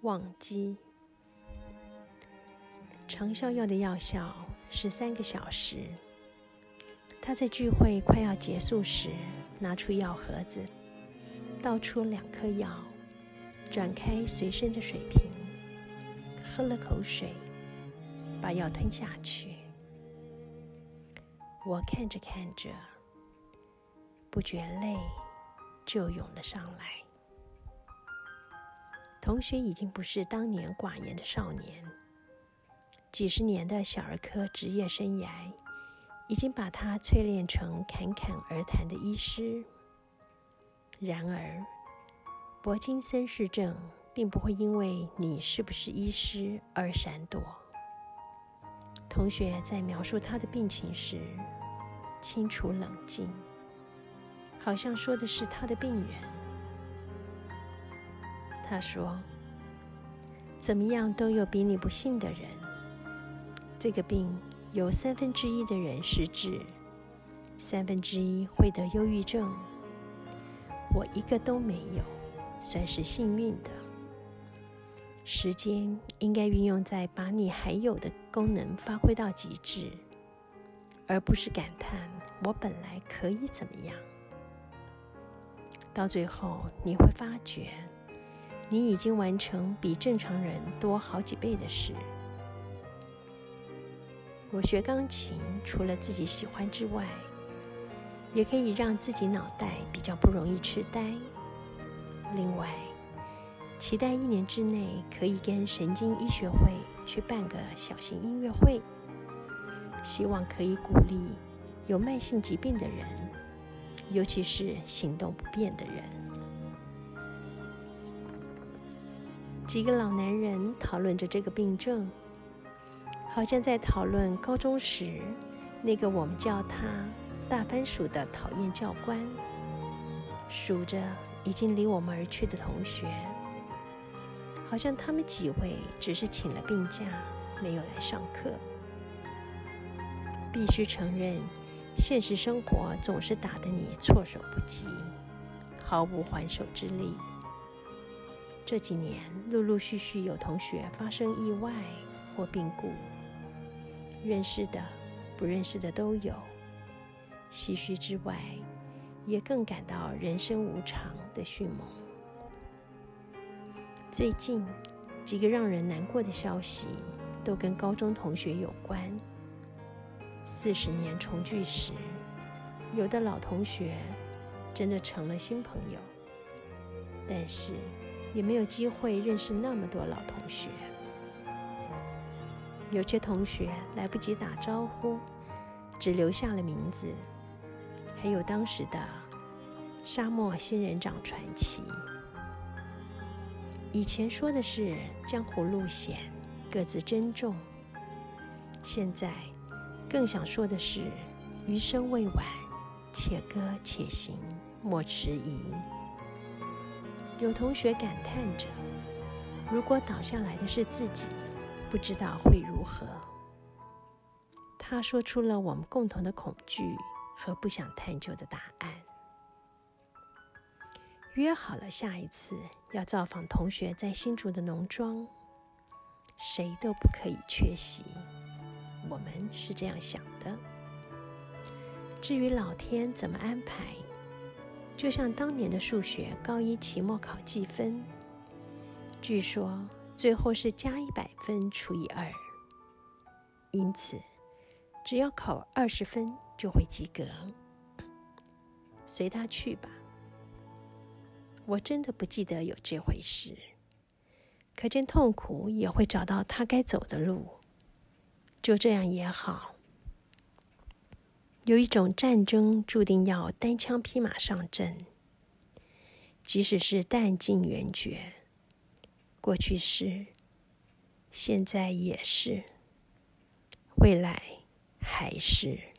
忘机。长效药的药效13个小时。他在聚会快要结束时，拿出药盒子，倒出2颗药，转开随身的水瓶，喝了口水，把药吞下去。我看着看着，不觉泪就涌了上来。同学已经不是当年寡言的少年，几十年的小儿科职业生涯已经把他淬炼成侃侃而谈的医师。然而，铂金森氏症并不会因为你是不是医师而闪躲。同学在描述他的病情时，清楚冷静，好像说的是他的病人。他说：怎么样都有比你不幸的人。这个病有1/3的人失智，1/3会得忧郁症。我一个都没有，算是幸运的。时间应该运用在把你还有的功能发挥到极致，而不是感叹我本来可以怎么样。到最后你会发觉，你已经完成比正常人多好几倍的事。我学钢琴，除了自己喜欢之外，也可以让自己脑袋比较不容易痴呆。另外，期待1年之内可以跟神经医学会去办个小型音乐会，希望可以鼓励有慢性疾病的人，尤其是行动不便的人。几个老男人讨论着这个病症，好像在讨论高中时那个我们叫他大番薯的讨厌教官，数着已经离我们而去的同学，好像他们几位只是请了病假，没有来上课。必须承认，现实生活总是打得你措手不及，毫无还手之力。这几年陆陆续续有同学发生意外或病故，认识的不认识的都有。唏嘘之外，也更感到人生无常的迅猛。最近几个让人难过的消息都跟高中同学有关。40年重聚时，有的老同学真的成了新朋友，但是也没有机会认识那么多老同学。有些同学来不及打招呼，只留下了名字。还有当时的沙漠仙人掌传奇。以前说的是江湖路险，各自珍重，现在更想说的是余生未晚，且歌且行，莫迟疑。有同学感叹着，如果倒下来的是自己，不知道会如何。他说出了我们共同的恐惧和不想探究的答案。约好了下一次要造访同学在新竹的农庄，谁都不可以缺席，我们是这样想的。至于老天怎么安排，就像当年的数学高1期末考计分，据说最后是加100分除以2，因此只要考20分就会及格，随他去吧。我真的不记得有这回事，可见痛苦也会找到他该走的路，就这样也好。有一种战争注定要单枪匹马上阵，即使是弹尽援绝，过去是，现在也是，未来还是。